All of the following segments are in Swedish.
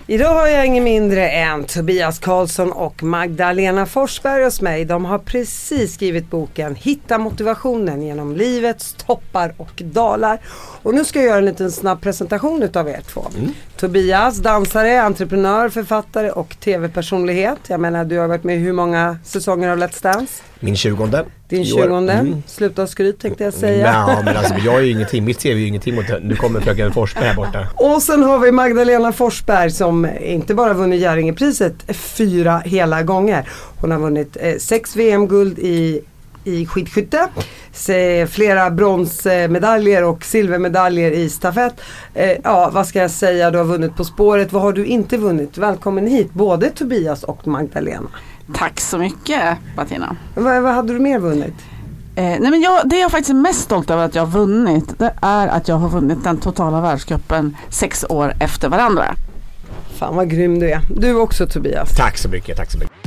Idag har jag ingen mindre än Tobias Karlsson och Magdalena Forsberg hos mig. De har precis skrivit boken Hitta motivationen genom livets toppar och dalar. Och nu ska jag göra en liten snabb presentation utav er två. Tobias, dansare, entreprenör, författare och tv-personlighet. Jag menar, du har varit med i hur många säsonger av Let's Dance? Min 20:e. Din 20:e. Sluta skryt tänkte jag säga. Ja, men alltså jag är ju ingenting. Mitt TV är ju ingenting mot. Nu kommer fröken Forsberg här borta. Och sen har vi Magdalena Forsberg som inte bara vunnit Jerringepriset 4 hela gånger. Hon har vunnit 6 VM-guld i skidskytte, flera bronsmedaljer och silvermedaljer i stafett. Ja, vad ska jag säga? Du har vunnit På spåret. Vad har du inte vunnit? Välkommen hit, både Tobias och Magdalena. Tack så mycket, Bettina. Vad hade du mer vunnit? Nej, men det jag faktiskt är mest stolt över att jag har vunnit, det är att jag har vunnit den totala världscupen 6 år efter varandra. Fan vad grym du är. Du också, Tobias. Tack så mycket, tack så mycket.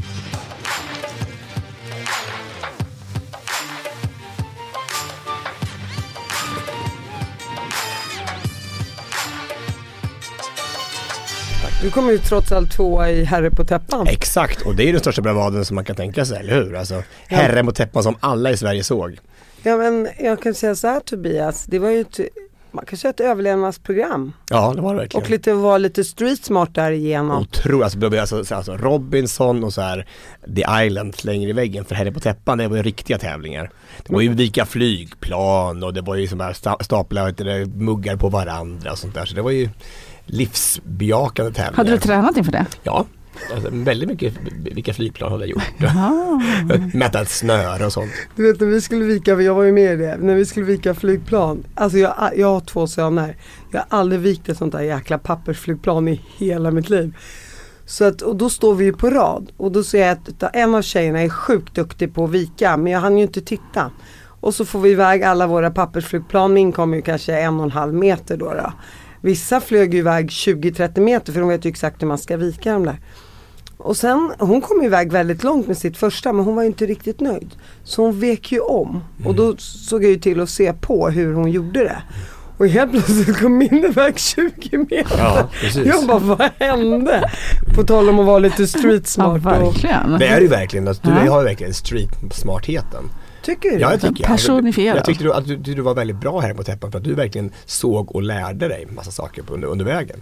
Du kommer ju trots allt 2 i Herre på täppan. Exakt, och det är den största bravaden som man kan tänka sig, eller hur? Alltså, Herre på täppan som alla i Sverige såg. Ja, men jag kan säga så här, Tobias. Det var ju man kan säga ett överlevnadsprogram. Ja, det var det verkligen. Och var lite street smart där igenom. Otroligt, alltså Robinson och så här The Island längre i väggen för Herre på täppan, det var ju riktiga tävlingar. Det var ju vika flygplan och det var ju som här stapla muggar på varandra och sånt där. Så det var ju livsbejakande tävlingar. Hade du tränat inför det? Ja, alltså, väldigt mycket vilka flygplan hade jag gjort. Mäta ett snöre och sånt. Du vet när vi skulle vika, jag var ju med i det, när vi skulle vika flygplan. Alltså jag har 2 söner. Jag har aldrig vikt ett sånt där jäkla pappersflygplan i hela mitt liv. Så att, och då står vi ju på rad. Och då ser jag att en av tjejerna är sjukt duktig på att vika. Men jag hann ju inte titta. Och så får vi iväg alla våra pappersflygplan. Min kommer ju kanske 1,5 meter då. Vissa flög ju iväg 20-30 meter för de vet ju exakt hur man ska vika dem där. Och sen, hon kom iväg väldigt långt med sitt första, men hon var ju inte riktigt nöjd. Så hon vek ju om. Och då såg jag ju till att se på hur hon gjorde det. Och helt plötsligt kom min iväg 20 meter. Ja, precis. Jag bara, vad hände? På tal om att vara lite street smart. Ja, verkligen. Det är ju verkligen, alltså, du har ju verkligen street smartheten. Tycker du? Ja, jag tycker personifierad. Jag tyckte att du var väldigt bra här på täppan för att du verkligen såg och lärde dig en massa saker under vägen.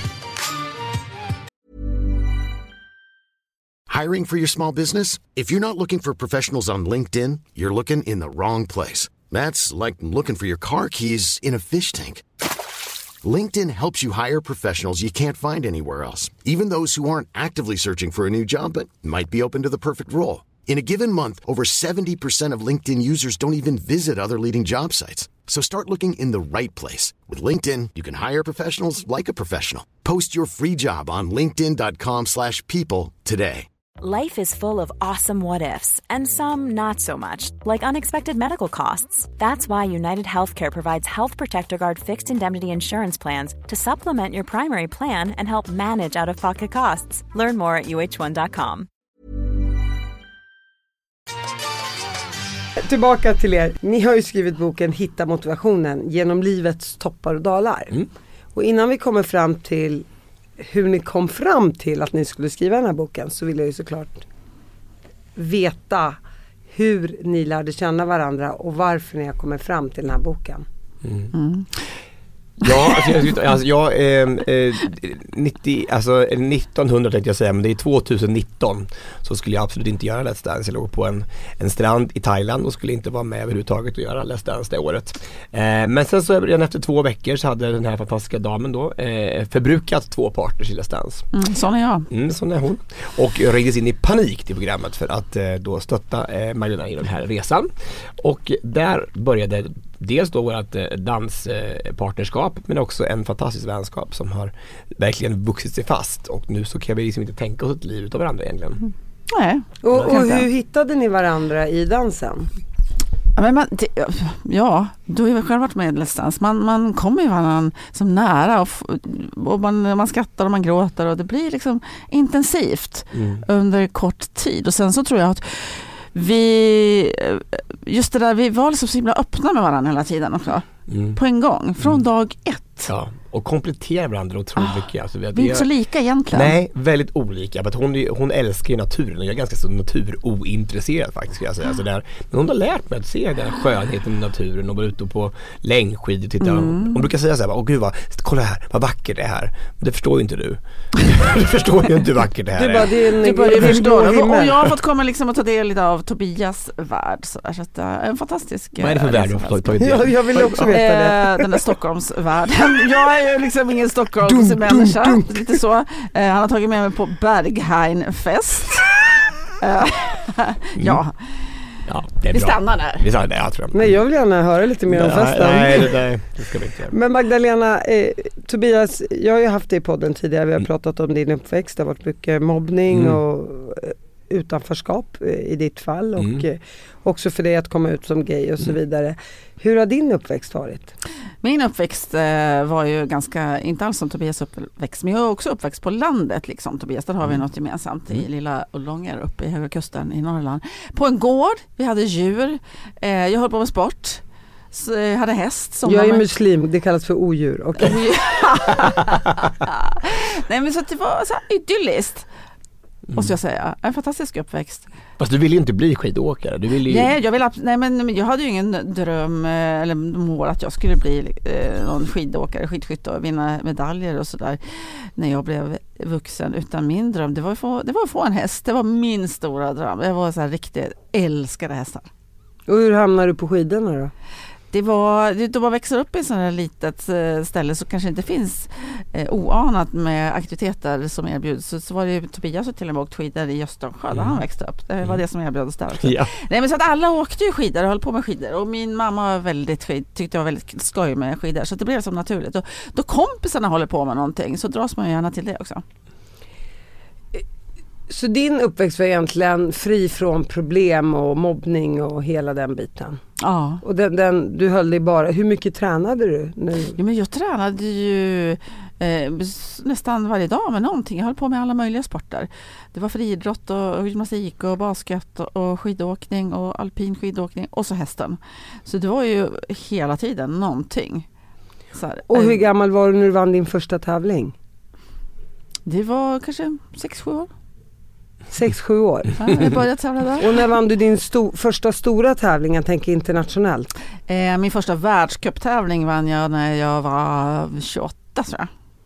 Hiring for your small business? If you're not looking for professionals on LinkedIn, you're looking in the wrong place. That's like looking for your car keys in a fish tank. LinkedIn helps you hire professionals you can't find anywhere else, even those who aren't actively searching for a new job but might be open to the perfect role. In a given month, over 70% of LinkedIn users don't even visit other leading job sites. So start looking in the right place. With LinkedIn, you can hire professionals like a professional. Post your free job on linkedin.com/people today. Life is full of awesome what-ifs, and some not so much, like unexpected medical costs. That's why United Healthcare provides Health Protector Guard fixed indemnity insurance plans to supplement your primary plan and help manage out-of-pocket costs. Learn more at uh1.com. Tillbaka till er. Ni har ju skrivit boken Hitta motivationen genom livets toppar och dalar. Och innan vi kommer fram till hur ni kom fram till att ni skulle skriva den här boken, så vill jag ju såklart veta hur ni lärde känna varandra och varför ni har kommit fram till den här boken. Ja, alltså 1900 tänkte jag säga, men det är 2019, så skulle jag absolut inte göra Let's Dance. Jag låg på en strand i Thailand och skulle inte vara med överhuvudtaget och göra Let's Dance det året. Men sen så redan efter 2 veckor så hade den här fantastiska damen då förbrukat 2 partners i Let's Dance. Sån är jag. Sån är hon. Och ringdes in i panik till programmet för att då stötta Magdalena i den här resan. Och där började dels då vårt danspartnerskap, men också en fantastisk vänskap som har verkligen vuxit sig fast. Och nu så kan vi liksom inte tänka oss ett liv utav varandra egentligen. Nej. Och hur hittade ni varandra i dansen? Men du har ju själv varit med i Let's Dance. Man kommer ju varandra som nära och man skrattar och man gråter och det blir liksom intensivt under kort tid. Och sen så tror jag att vi var liksom så himla öppna med varandra hela tiden också. På en gång, från dag 1. Ja. och kompletterar varandra otroligt mycket. Alltså, vi är inte så lika egentligen. Nej, väldigt olika. Hon älskar ju naturen och jag är ganska så naturointresserad faktiskt, ska jag säga. Så där, men hon har lärt mig att se den skönheten i naturen och vara ute på längdskidor och titta. Hon brukar säga så här, åh gud kolla här, vad vackert det är här. Men det förstår ju inte du. Du förstår ju inte hur vackert det här är. Du börjar förstå. Och jag har fått komma liksom och ta del av Tobias värld. Så att det är en fantastisk... Vad är det för värld du har tagit del? Jag vill också veta det. Den är Stockholmsvärlden. Jag är ju liksom ingen Stockholmsmänniska. Lite så. Han har tagit med mig på Berghainfest. Ja. Ja, det är vi bra. Stannar där. Vi stannar där, jag tror. Nej, jag vill gärna höra lite mer om festen. Nej, det ska vi inte göra. Men Magdalena, Tobias, jag har ju haft dig i podden tidigare. Vi har pratat om din uppväxt. Det har varit mycket mobbning och utanförskap i ditt fall. Och också för dig att komma ut som gay och så vidare. Hur har din uppväxt varit? Min uppväxt var ju ganska, inte alls som Tobias uppväxt, men jag är också uppväxt på landet liksom Tobias. Där har vi något gemensamt i lilla Ullånger uppe i Höga Kusten i Norrland. På en gård, vi hade djur, jag höll på med sport, så jag hade häst. Jag är muslim, det kallas för odjur. Okay. Nej, men så att det var så här idylliskt. Måste jag säga. En fantastisk uppväxt. Fast du ville ju inte bli skidåkare. Du ville ju... Nej, men jag hade ju ingen dröm eller mål att jag skulle bli någon skidåkare, skidskytt och vinna medaljer och sådär när jag blev vuxen. Utan min dröm, det var att få en häst. Det var min stora dröm. Jag var så här riktigt älskade hästar. Och hur hamnade du på skidorna då? Då man växer upp i ett sådant här litet ställe så kanske inte finns oanat med aktiviteter som erbjuds. Så var det ju Tobias och till och med åkt skidor i Östersjö där han växte upp. Det var det som erbjöds där också. Ja. Nej, men så att alla åkte ju skidor och höll på med skidor. Och min mamma var tyckte jag var väldigt skoj med skidor. Så det blev som naturligt. Och då kompisarna håller på med någonting så dras man ju gärna till det också. Så din uppväxt var egentligen fri från problem och mobbning och hela den biten? Ja. Och du höll dig bara... Hur mycket tränade du? Nu? Ja, men jag tränade ju nästan varje dag med någonting. Jag höll på med alla möjliga sporter. Det var friidrott och gymnastik och basket och skidåkning och alpin skidåkning och så hästen. Så det var ju hela tiden någonting. Så här, och hur gammal var du när du vann din första tävling? Det var kanske 6-7 år. 6-7 år. Ja, jag började tävla där. Och när vann du din första stora tävling, jag tänker internationellt? Min första världscuptävling vann jag när jag var 28 tror jag.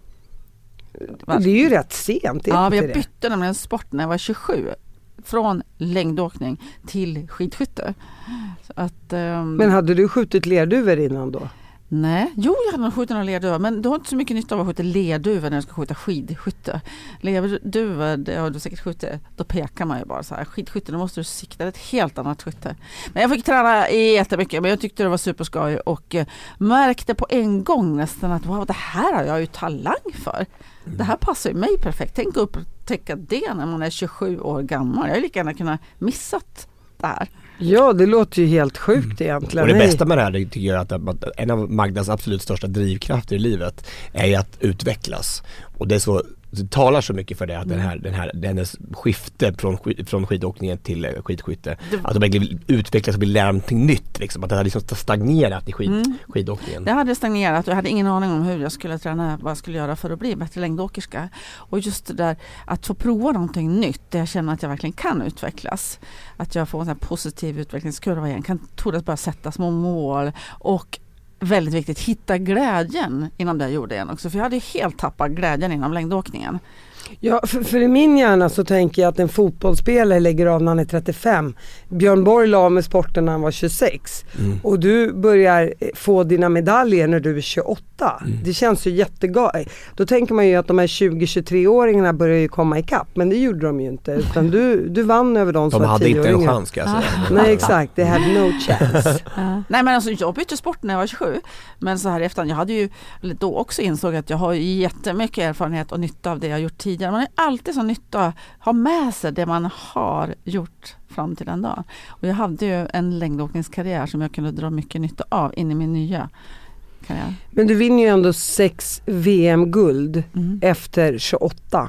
Det är ju rätt sent. Ja, jag bytte nämligen sport när jag var 27. Från längdåkning till skidskytte. Så att, men hade du skjutit lerduvor innan då? Nej, jag hade nog skjutit några lerduvor, men du har inte så mycket nytta av att skjuta lerduvor när du ska skjuta skidskytte. Lerduvor, det har du säkert skjutit, då pekar man ju bara så här. Skidskytte, då måste du sikta ett helt annat skytte. Men jag fick träna jättemycket, men jag tyckte det var superskoj och märkte på en gång nästan att wow, det här har jag ju talang för. Det här passar ju mig perfekt. Tänk att upptäcka det när man är 27 år gammal. Jag har lika gärna kunnat missat det här. Ja, det låter ju helt sjukt egentligen. Och det bästa med det här tycker jag att en av Magdas absolut största drivkrafter i livet är ju att utvecklas. Och det är så, det talar så mycket för det att hennes skifte från skidåkningen till skidskytte, att de verkligen utvecklas och vill lära någonting nytt liksom, att det hade liksom stagnerat i skidåkningen. Det hade stagnerat och jag hade ingen aning om hur jag skulle träna, vad jag skulle göra för att bli bättre längdåkerska. Och just det där att få prova någonting nytt, det jag känner att jag verkligen kan utvecklas. Att jag får en sån här positiv utvecklingskurva igen, kan tordas bara sätta små mål och väldigt viktigt, hitta glädjen inom det jag gjorde igen också. För jag hade helt tappat glädjen inom längdåkningen. Ja, för i min hjärna så tänker jag att en fotbollsspelare lägger av när han är 35. Björn Borg la med sporten när han var 26. Och du börjar få dina medaljer när du är 28. Det känns ju jättegott. Då tänker man ju att de här 20-23-åringarna börjar ju komma ikapp. Men det gjorde de ju inte. Utan du vann över de som var 10-åringar. De hade inte en chans, ska jag säga. Nej, exakt. They had no chance. Nej, men alltså jag bytte sport när jag var 27. Men så här efterhand, jag hade ju då också insåg att jag har jättemycket erfarenhet och nytta av det jag gjort tidigare. Man är alltid så nytta ha med sig det man har gjort fram till den dagen. Och jag hade ju en längdåkningskarriär som jag kunde dra mycket nytta av in i min nya karriär. Men du vinner ju ändå 6 VM-guld efter 28.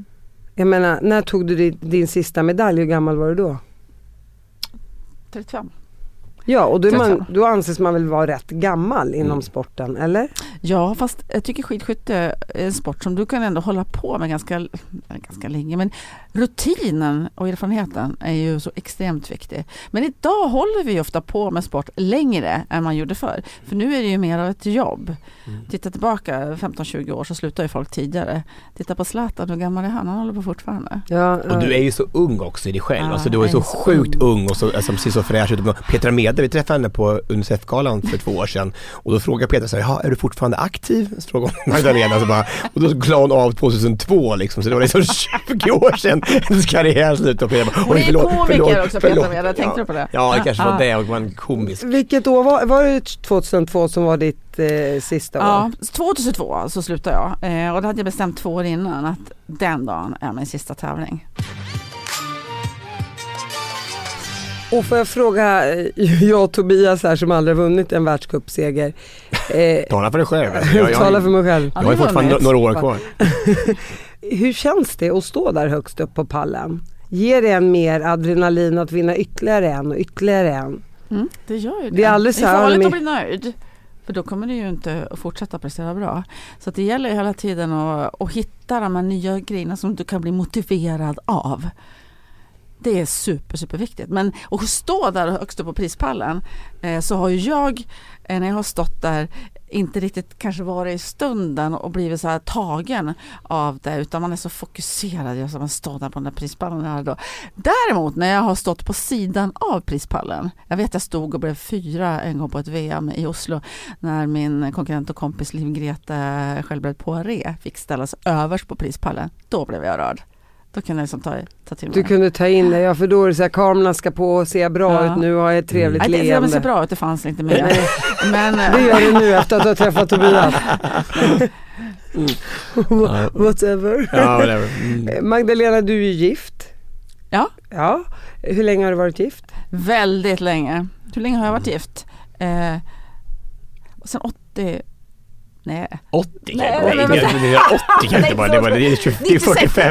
Jag menar, när tog du din sista medalj? Hur gammal var du då? 35. Ja, och då anses man väl vara rätt gammal inom sporten, eller? Ja, fast jag tycker skidskytte är en sport som du kan ändå hålla på med ganska länge. Men rutinen och erfarenheten är ju så extremt viktig. Men idag håller vi ofta på med sport längre än man gjorde förr. För nu är det ju mer av ett jobb. Titta tillbaka 15-20 år så slutar ju folk tidigare. Titta på Zlatan, hur gammal är han? Han håller på fortfarande. Ja, och du är ju så ung också i dig själv. Alltså du är så sjukt ung och så, som ser så fräsch ut. Petra Mede, vi träffade henne på UNICEF-galan för 2 år sedan. Och då frågade Petra så här, är du fortfarande aktiv? Så frågade Magdalena så bara, och då glad hon av 2002 liksom. Så det var liksom 20 år sedan hennes karriär slut. Och Petra bara, hon är komiker också, Petra Mede. Tänkte du på det? Ja, det kanske var det och var en komisk. Vilket år var det 2002 som var ditt sista år? Ja, 2002 så slutade jag. Och då hade jag bestämt 2 år innan att den dagen är min sista tävling. Och får jag fråga, jag och Tobias här som aldrig vunnit en världscupseger. Tala för dig själv. Tala för mig själv. Jag har fortfarande några år kvar. Hur känns det att stå där högst upp på pallen? Ger det en mer adrenalin att vinna ytterligare en och ytterligare en? Det gör ju det. Det är farligt att bli nöjd. För då kommer du ju inte att fortsätta prestera bra. Så att det gäller ju hela tiden att hitta de här nya grejerna som du kan bli motiverad av. Det är superviktigt. Men att stå där högst upp på prispallen så har ju jag, när jag har stått där, inte riktigt kanske varit i stunden och blivit så här tagen av det, utan man är så fokuserad just att man står där på den där prispallen här då. Däremot när jag har stått på sidan av prispallen, jag vet jag stod och blev 4 en gång på ett VM i Oslo när min konkurrent och kompis Liv Grete Självberg Poiré fick ställas överst på prispallen, då blev jag rörd. Då kunde jag liksom ta till mig. Du kunde ta in det, ja, för då är det så här, kamerorna ska på och se bra ut, nu har jag ett trevligt leende. Det ser bra ut, det fanns inte mer. Men det gör det nu efter att du har träffat Tobias. Whatever. Ja, whatever. Magdalena, du är ju gift. Ja. Ja. Hur länge har du varit gift? Väldigt länge. Hur länge har jag varit gift? Sen 80... Nej. 80 kan det inte vara. Det är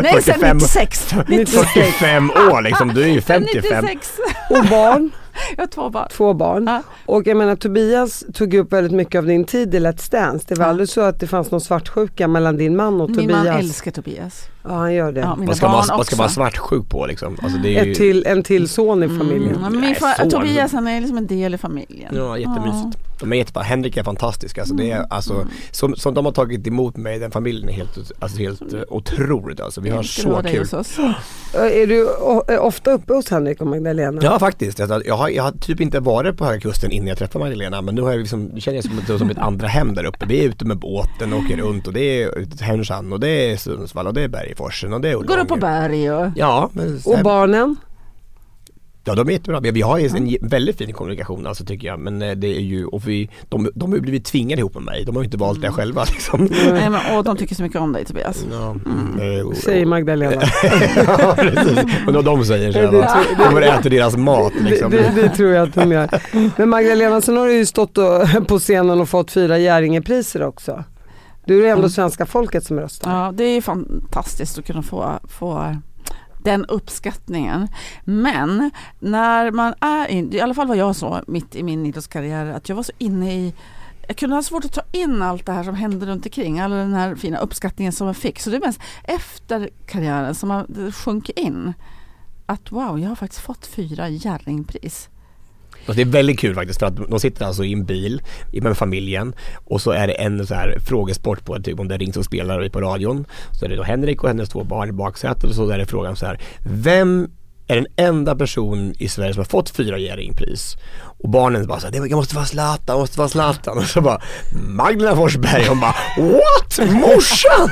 45 år liksom. Du är ju 55. 96. Och barn? Jag har 2 barn. 2 barn. Ja. Och jag menar, Tobias tog upp väldigt mycket av din tid i Let's Dance. Det var aldrig så att det fanns någon svartsjuka mellan din man och Tobias? Min man älskar Tobias. Ja, han gör det. Ja, vad ska man svartsjuk på liksom? Alltså, det är ju... en till son i familjen. Tobias, han är liksom en del i familjen. Ja, jättemysigt. De är jättebra. Henrik är fantastisk. Alltså, det är, alltså, som de har tagit emot mig, den familjen är helt otroligt. Alltså, vi har så kul. Är du ofta uppe hos Henrik och Magdalena? Ja, faktiskt. Jag har typ inte varit på Höga Kusten innan jag träffade Magdalena, men nu har jag liksom, det känns som ett andra hem där uppe. Vi är ute med båten och åker runt, och det är Härnösand och det är Sundsvall och det är Bergforsen och det är Olånge. Går upp på berg och... Ja. Och barnen? Ja, de är jättebra. Vi har ju en väldigt fin kommunikation, alltså, tycker jag. Men det är ju, och de har ju blivit tvingade ihop med mig. De har ju inte valt det själva liksom. Nej, men, och de tycker så mycket om dig, Tobias. Ja, säger Magdalena. Ja, precis. Och de säger så här, de äter deras mat liksom. Det tror jag att de gör. Men Magdalena, så har du ju stått på scenen och fått 4 Jerringepriser också. Du är ändå svenska folket som röstar. Ja, det är fantastiskt att kunna få den uppskattningen. Men när man är i alla fall var jag så mitt i min idrottskarriär, att jag var så inne i, jag kunde ha svårt att ta in allt det här som hände runt omkring, all den här fina uppskattningen som jag fick. Så det är mest efter karriären som man sjönk in att wow, jag har faktiskt fått 4 Jerringpris. Det är väldigt kul faktiskt, för att de sitter alltså i en bil med familjen, och så är det en så här frågesport på, typ om det rings och spelar på radion, så är det då Henrik och hennes 2 barn i baksätet, och så är det frågan så här: vem är den enda person i Sverige som har fått 4 Jerringpris? Och barnen bara så här, jag måste vara Zlatan, och så bara Magdalena Forsberg, och bara what? Morsan?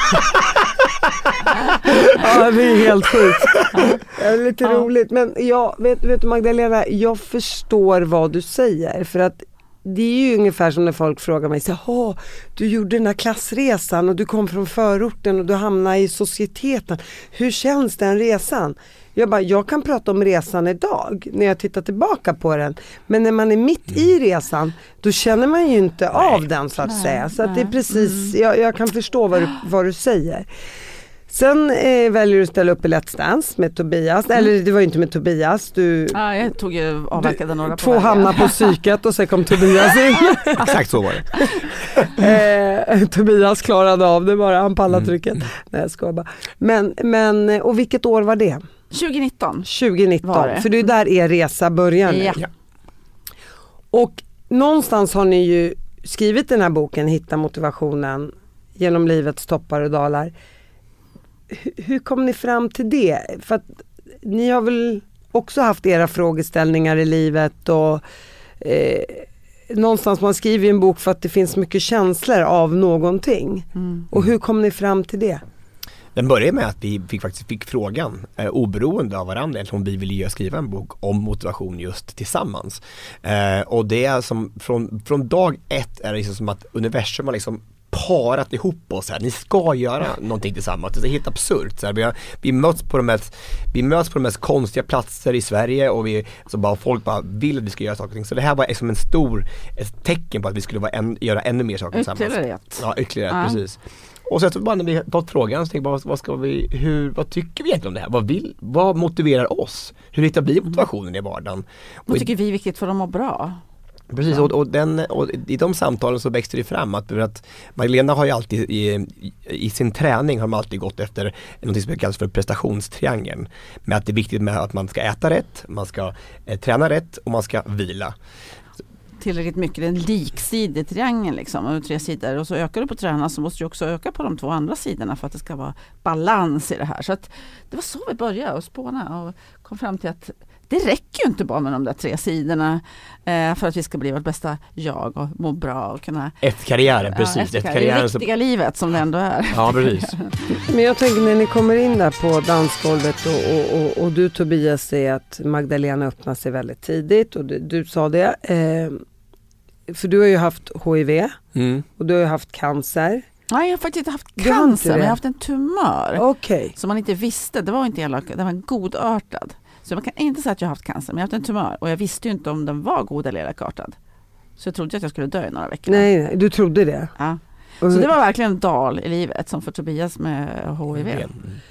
Ja, det är helt sjukt. Det är lite roligt. Men jag vet Magdalena, jag förstår vad du säger. För att det är ju ungefär som när folk frågar mig så, du gjorde den här klassresan och du kom från förorten och du hamnade i societeten. Hur känns den resan? Jag kan prata om resan idag när jag tittar tillbaka på den. Men när man är mitt i resan, då känner man ju inte av den, så att säga. Så att det är precis, jag kan förstå vad du säger. Sen väljer du att ställa upp i Let's Dance med Tobias. Eller det var ju inte med Tobias. Ja, jag tog ju avverkade några på 2 hamnar på psyket och sen kom Tobias in. Exakt så var det. Tobias klarade av det bara, han pallade trycket. Nej, jag skojar bara. Men, och vilket år var det? 2019. 2019, var det. för det är där er resa börjar nu. Ja. Och någonstans har ni ju skrivit den här boken, Hitta motivationen genom livets toppar och dalar. Hur kom ni fram till det? För att ni har väl också haft era frågeställningar i livet och någonstans man skriver en bok för att det finns mycket känslor av någonting. Och hur kom ni fram till det? Den började med att vi fick frågan oberoende av varandra om vi ville skriva en bok om motivation just tillsammans. Och det är som från dag ett är det liksom som att universum har liksom parat ihop oss här. Ni ska göra någonting tillsammans. Det är helt absurt. Så här, vi möts på de mest konstiga platser i Sverige och folk bara vill att vi ska göra saker och ting. Så det här var liksom ett tecken på att vi skulle göra ännu mer saker tillsammans. Ytterligare ett, precis. Och så bara när vi fått frågan så tänkte jag vad tycker vi egentligen om det här? Vad motiverar oss? Hur hittar vi motivationen i vardagen? Vad tycker vi är viktigt för att må bra? Precis, och i de samtalen så växte det fram att Magdalena har ju alltid i sin träning har man alltid gått efter något som kallas för prestationstriangeln. Med att det är viktigt med att man ska äta rätt, man ska träna rätt och man ska vila. Tillräckligt mycket, det är en liksidig triangel liksom, och 3 sidor, och så ökar du på träna så måste du också öka på de 2 andra sidorna för att det ska vara balans i det här. Så att det var så vi började och spåna och kom fram till att det räcker ju inte bara med de där 3 sidorna för att vi ska bli vårt bästa jag och må bra och kunna... Efter karriären, precis. Efter karriären, det riktiga livet som det ändå är. Ja, precis. Men jag tänker när ni kommer in där på dansgolvet och du Tobias säger att Magdalena öppnar sig väldigt tidigt och du sa det. För du har ju haft HIV och du har ju haft cancer. Nej, jag har faktiskt inte haft cancer, men jag har haft en tumör. Okay. Som man inte visste, det var inte elak, det var en godartad. Så man kan inte säga att jag har haft cancer, men jag har haft en tumör. Och jag visste ju inte om den var god eller elakartad. Så jag trodde att jag skulle dö i några veckor. Nej, du trodde det? Ja. Så det var verkligen en dal i livet som för Tobias med HIV.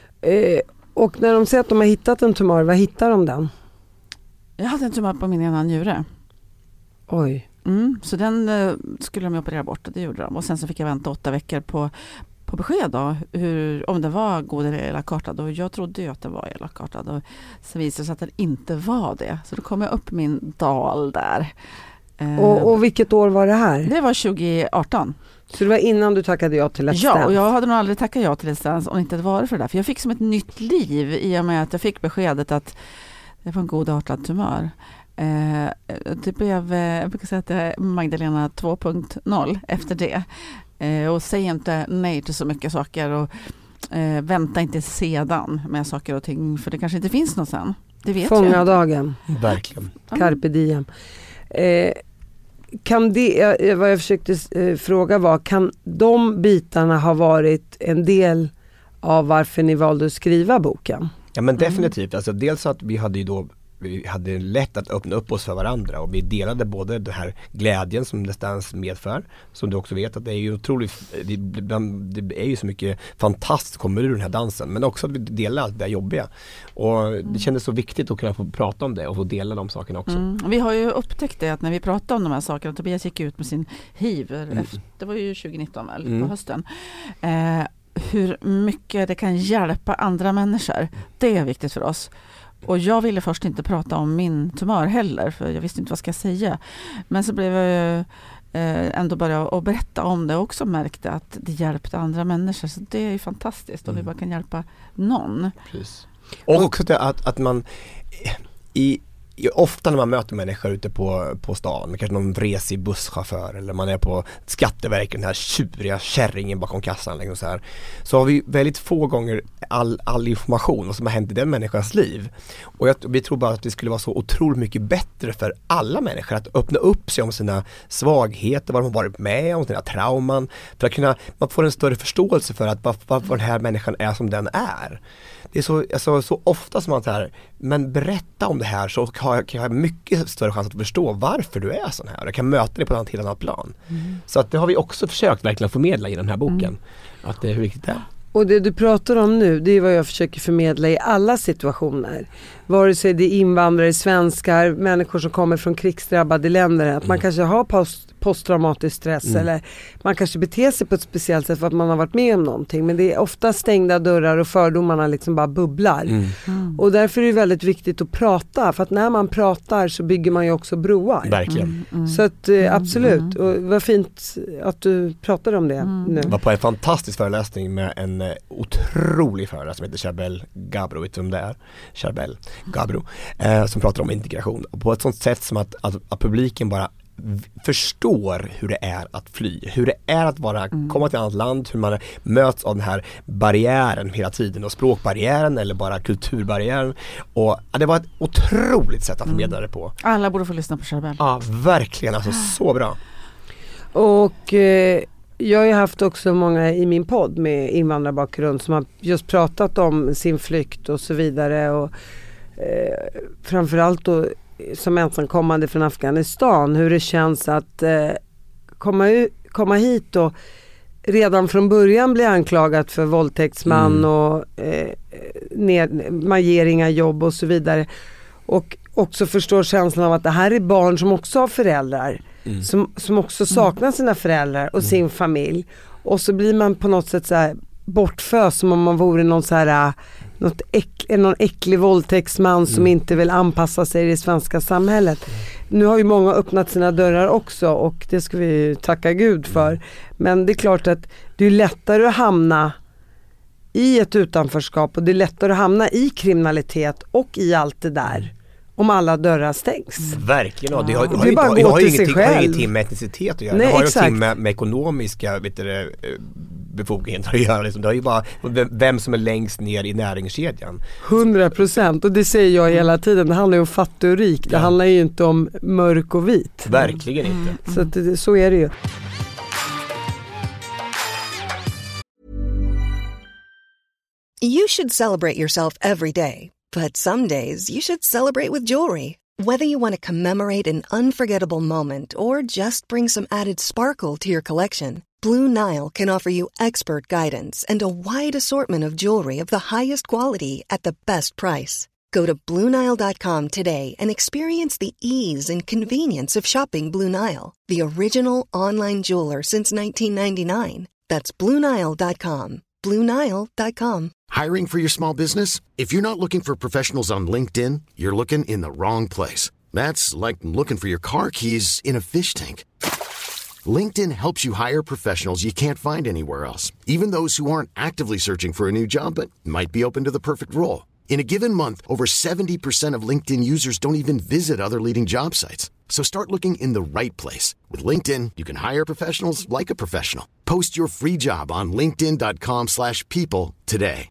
Och när de säger att de har hittat en tumör, vad hittar de den? Jag hade en tumör på min ena njure. Oj. Så den skulle de operera bort och det gjorde de. Och sen så fick jag vänta 8 veckor på besked då, om det var god eller elakartad. Och jag trodde ju att det var elakartad. Och sen visade det sig att den inte var det. Så då kom jag upp min dal där. Och vilket år var det här? Det var 2018. Så det var innan du tackade ja till Let's Dance? Ja, och jag hade nog aldrig tackat ja till Let's Dance om det inte var för det där. För jag fick som ett nytt liv i och med att jag fick beskedet att det var en godartad tumör. Det blev, jag brukar säga att det är Magdalena 2.0 efter det. Och säg inte nej till så mycket saker och vänta inte sedan med saker och ting, för det kanske inte finns något sen. Det vet jag. Fånga dagen. Verkligen. Carpe diem. Kan det, vad jag försökte fråga var, kan de bitarna ha varit en del av varför ni valde att skriva boken? Ja, men definitivt. Alltså, dels att vi hade lätt att öppna upp oss för varandra och vi delade både den här glädjen som Let's Dance medför, som du också vet att det är ju otroligt, det är ju så mycket fantastiskt kommer ur den här dansen, men också att vi delar allt det jobbiga och det kändes så viktigt att kunna få prata om det och få dela de sakerna också. Vi har ju upptäckt det att när vi pratar om de här sakerna, Tobias gick ut med sin HIV det var ju 2019 väl, på hösten, hur mycket det kan hjälpa andra människor, det är viktigt för oss. Och jag ville först inte prata om min tumör heller, för jag visste inte vad ska jag säga. Men så blev jag ändå började att berätta om det och också märkte att det hjälpte andra människor. Så det är ju fantastiskt om vi bara kan hjälpa någon. Precis. Och också att man ofta när man möter människor ute på stan, kanske någon vresig busschaufför eller man är på Skatteverket, den här tjuriga kärringen bakom kassan liksom så har vi väldigt få gånger all information vad som har hänt i den människans liv. Och vi tror bara att det skulle vara så otroligt mycket bättre för alla människor att öppna upp sig om sina svagheter, vad de har varit med om, sina trauman, för att man får en större förståelse för att varför den här människan är som den är. Det är så ofta som man säger, men berätta om det här så kan jag ha mycket större chans att förstå varför du är sån här. Jag kan möta det på ett annat plan. Så att det har vi också försökt verkligen förmedla i den här boken. Att det är hur viktigt det är. Och det du pratar om nu, det är vad jag försöker förmedla i alla situationer. Vare sig det är invandrare, svenskar, människor som kommer från krigsdrabbade länder. Att man kanske har posttraumatisk stress eller man kanske beter sig på ett speciellt sätt för att man har varit med om någonting. Men det är ofta stängda dörrar och fördomarna liksom bara bubblar. Och därför är det väldigt viktigt att prata. För att när man pratar så bygger man ju också broar. Verkligen. Så att absolut. Och vad fint att du pratade om det nu. Jag var på en fantastisk föreläsning med en otrolig föreläsare som heter Charbel Gabro, vet du om det är? Charbel Gabro, som pratar om integration. Och på ett sånt sätt som att publiken bara förstår hur det är att fly, hur det är att komma till ett annat land, hur man möts av den här barriären hela tiden, och språkbarriären eller bara kulturbarriären, och det var ett otroligt sätt att förmedla det på. Alla borde få lyssna på Charbel. Ja, verkligen, alltså så bra. Och jag har ju haft också många i min podd med invandrarbakgrund som har just pratat om sin flykt och så vidare, och framförallt då som ensamkommande från Afghanistan, hur det känns att komma hit och redan från början bli anklagad för våldtäktsman och man ger inga jobb och så vidare, och också förstår känslan av att det här är barn som också har föräldrar som också saknar sina föräldrar och sin familj, och så blir man på något sätt så här bortfös som om man vore någon så här någon äcklig våldtäktsman som inte vill anpassa sig i det svenska samhället. Nu har ju många öppnat sina dörrar också, och det ska vi tacka Gud för. Men det är klart att det är lättare att hamna i ett utanförskap, och det är lättare att hamna i kriminalitet och i allt det där om alla dörrar stängs. Verkligen, och det har ju ingenting med etnicitet att göra. Nej, det har ju ingenting med ekonomiska befogenheter att göra. Liksom. Det har ju bara vem som är längst ner i näringskedjan. 100%, och det säger jag hela tiden. Det handlar ju om fattig och rik. Det handlar ju inte om mörk och vit. Verkligen inte. Så, att så är det ju. You should celebrate yourself every day. But some days you should celebrate with jewelry. Whether you want to commemorate an unforgettable moment or just bring some added sparkle to your collection, Blue Nile can offer you expert guidance and a wide assortment of jewelry of the highest quality at the best price. Go to BlueNile.com today and experience the ease and convenience of shopping Blue Nile, the original online jeweler since 1999. That's BlueNile.com. BlueNile.com. Hiring for your small business? If you're not looking for professionals on LinkedIn, you're looking in the wrong place. That's like looking for your car keys in a fish tank. LinkedIn helps you hire professionals you can't find anywhere else, even those who aren't actively searching for a new job but might be open to the perfect role. In a given month, over 70% of LinkedIn users don't even visit other leading job sites. So start looking in the right place. With LinkedIn, you can hire professionals like a professional. Post your free job on linkedin.com/people today.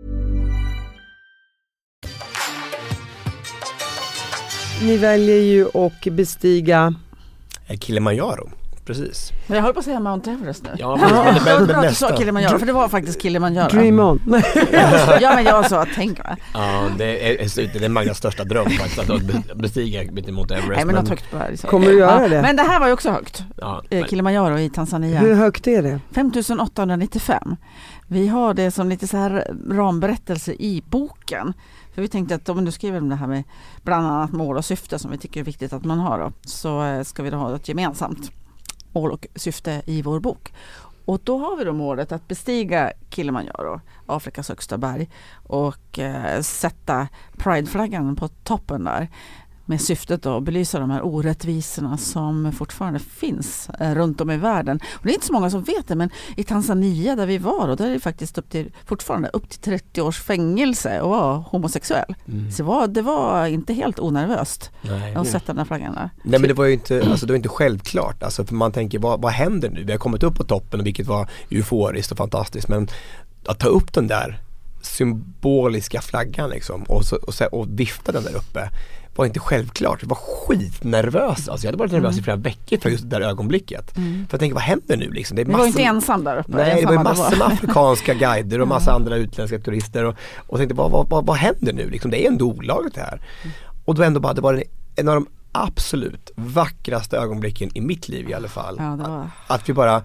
Ni väljer ju att bestiga Kilimanjaro. Precis. Men jag höll på att säga Mount Everest nu. Ja, men jag sa Kilimanjaro, för det var faktiskt Kilimanjaro. Dream on. Ja, men jag sa tänk va. Ja, det är Magdas största dröm faktiskt, att bestiga Mount Everest. Nej, men något högt på det. Kommer du göra det? Men det här var ju också högt. Ja, Kilimanjaro i Tanzania. Hur högt är det? 5895. Vi har det som lite så här ramberättelse i boken. För vi tänkte att om du skriver om det här med bland annat mål och syfte som vi tycker är viktigt att man har då, så ska vi då ha ett gemensamt mål och syfte i vår bok. Och då har vi då målet att bestiga Kilimanjaro, Afrikas högsta berg, och sätta Pride-flaggan på toppen där. Med syftet att belysa de här orättvisorna som fortfarande finns runt om i världen. Och det är inte så många som vet det, men i Tanzania där vi var, och där är det faktiskt fortfarande upp till 30 års fängelse att vara homosexuell. Så det var inte helt onervöst att sätta den här flaggan där. Nej, men det var ju inte självklart. Alltså, för man tänker, vad händer nu? Vi har kommit upp på toppen, vilket var euforiskt och fantastiskt, men att ta upp den där symboliska flaggan liksom, och vifta den där uppe var inte självklart. Jag var skitnervös. Alltså jag hade varit nervös i flera veckor för just det där ögonblicket. För jag tänkte, vad händer nu liksom? Det var inte ensam där uppe. Nej, det var massor med afrikanska guider och massa andra utländska turister, och tänkte, vad händer nu liksom? Det är ändå olagligt det här. Och då ändå bara, det var en av de absolut vackraste ögonblicken i mitt liv i alla fall. Ja, det var... Att vi bara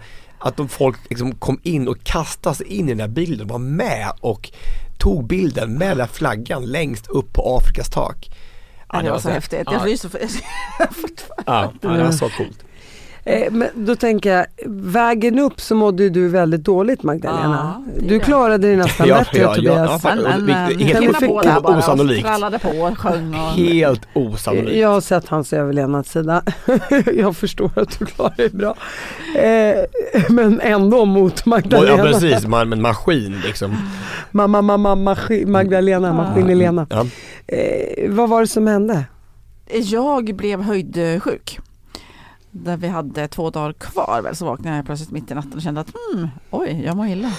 att de folk liksom kom in och kastas in i den här bilden, var med och tog bilden med den där flaggan längst upp på Afrikas tak. Ja, det var så häftigt. Jag ryser för ja, det var så coolt. Men då tänker jag, vägen upp så mådde du väldigt dåligt, Magdalena. Du klarade det nästan bättre, Tobias. Helt osannolikt. Trallade på och sjöng. Helt osannolikt. Jag har sett hans överlevnadssida. Jag förstår att du klarar det bra. Men ändå mot Magdalena. Ja, precis. En maskin liksom. Magdalena, maskin-Elena. Ja. Vad var det som hände? Jag blev höjdsjuk. Där vi hade 2 dagar kvar väl, så vaknade jag plötsligt mitt i natten och kände att oj, jag mår illa.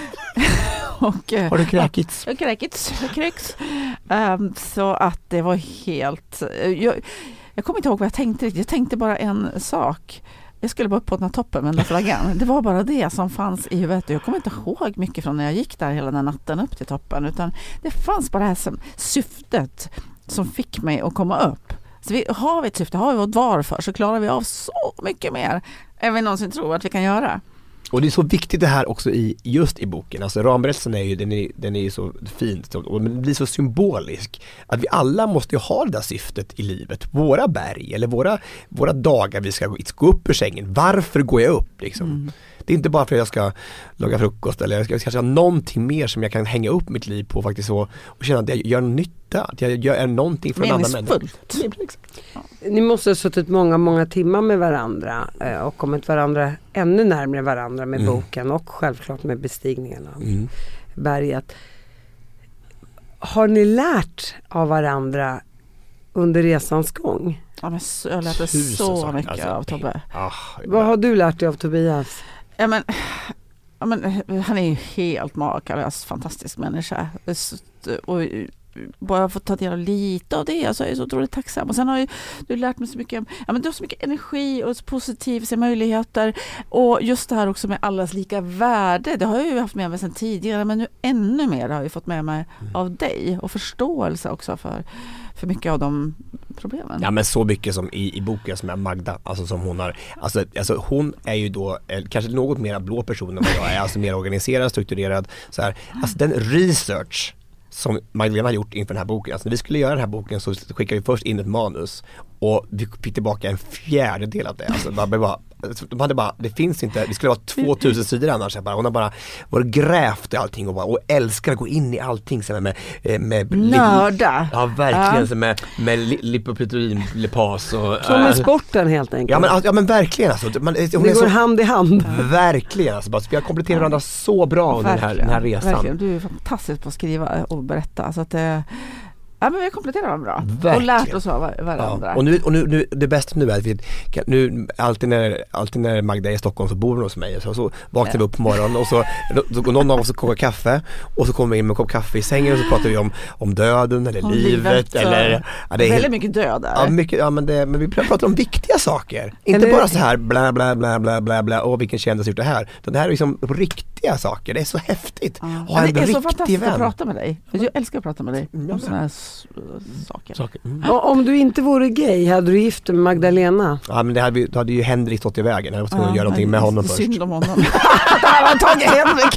Och, har du kräkits? Jag kräks. Så att det var helt... Jag kommer inte ihåg vad jag tänkte riktigt. Jag tänkte bara en sak. Jag skulle bara upp på den här toppen med den där flaggan. Det var bara det som fanns i huvudet. Jag kommer inte ihåg mycket från när jag gick där hela den natten upp till toppen. Utan det fanns bara det här som syftet som fick mig att komma upp. Så har vi ett syfte, har vi vårt varför, så klarar vi av så mycket mer än vi någonsin tror att vi kan göra. Och det är så viktigt det här också just i boken. Alltså ramberättelsen är ju, den är ju så fint och den blir så symbolisk att vi alla måste ju ha det där syftet i livet. Våra berg eller våra dagar vi ska gå upp ur sängen. Varför går jag upp liksom? Det är inte bara för att jag ska laga frukost eller jag ska kanske ha någonting mer som jag kan hänga upp mitt liv på faktiskt och känna att jag gör nytta, att jag gör någonting för en annan människa. Ni måste ha suttit många timmar med varandra och kommit varandra ännu närmare varandra med boken och självklart med bestigningen av berget. Har ni lärt av varandra under resans gång? Ja, men jag lärde så mycket av Tobbe. Vad har du lärt dig av Tobias? Ja, men han är ju helt makalös, fantastisk människa. Och bara fått ta del av lite av det, så är jag så otroligt tacksam. Och sen har du lärt mig så mycket, men du har så mycket energi och så positiva möjligheter. Och just det här också med allas lika värde, det har jag ju haft med mig sedan tidigare, men nu ännu mer har jag fått med mig av dig. Och förståelse också för mycket av de problemen. Ja, men så mycket som i boken som är Magda, alltså som hon har, alltså hon är ju då kanske något mer blå person än vad jag är, alltså mer organiserad, strukturerad så här. Alltså den research som Magdalena har gjort inför den här boken, alltså när vi skulle göra den här boken så skickade vi först in ett manus och vi fick tillbaka en fjärdedel av det, alltså de hade bara, det finns inte, det skulle vara 2000 sidor annars. Hon har bara grävt i allting och älskar att gå in i allting så med nörda. Ja, verkligen, så med lipoprotein, lipas och som med sporten helt enkelt. Ja men verkligen alltså, det går hand i hand. Verkligen alltså, bara, vi har kompletterat varandra så bra under den här resan. Verkligen. Du är fantastisk på att skriva och berätta, så att ja, men vi kompletterar varandra verkligen. Och lärt oss av varandra. Ja. Och nu det bästa nu är att vi nu alltid när Magda är i Stockholm så bor hon hos mig, så vaknar vi upp på morgonen och så går någon av oss och kokar kaffe och så kommer vi in med en kopp kaffe i sängen och så pratar vi om döden eller livet eller det är väldigt mycket död där. Ja, mycket, men vi pratar om viktiga saker. Inte bara så här bla bla bla bla bla bla och vilken kändis gjort det här. Det här är liksom riktiga saker. Det är så häftigt. Det är så fantastiskt att prata med dig. Jag älskar att prata med dig om såna här saker. Om du inte vore gay, hade du gift med Magdalena? Ja, men då hade ju Henrik stått i vägen. Jag måste göra någonting med honom först. Synd om honom. Tagit Henrik.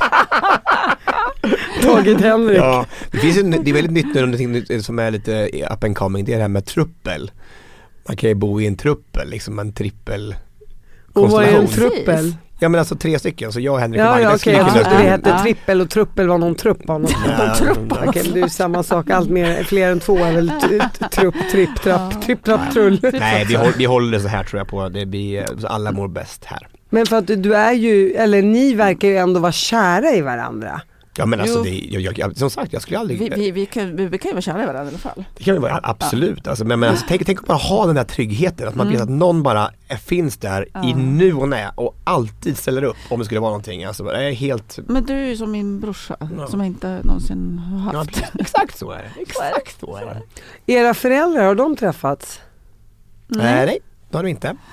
Tagit Henrik. Ja, det är väldigt nytt nu, någonting som är lite up and coming. Det är det här med truppel. Man kan ju bo i en truppel, liksom en trippel konstellation. Och vad är en truppel? Ja, men alltså 3 stycken, så jag och Henrik och Magda. Okej, det hette trippel och truppel var någon trupp av något. Okej, det är ju samma sak, allt mer, fler än 2 är väl trupp, tripp, trapp, tripp, trapp, trull. Nej, vi håller det så här tror jag på, det blir, så alla mår bäst här. Men för att du är ju, eller ni verkar ju ändå vara kära i varandra. Ja, men alltså som sagt, jag skulle aldrig... Vi kan ju vara kära i varandra i alla fall. Det kan vi vara, absolut. Alltså, men alltså, tänk att bara ha den där tryggheten. Att man vet att någon bara finns där i nu och när och alltid ställer upp om det skulle vara någonting. Alltså, det är helt... Men du är ju som min brorsa som jag inte någonsin har haft. Ja, exakt så är det. Exakt så är det. Era föräldrar, har de träffats? Nej, det har de inte.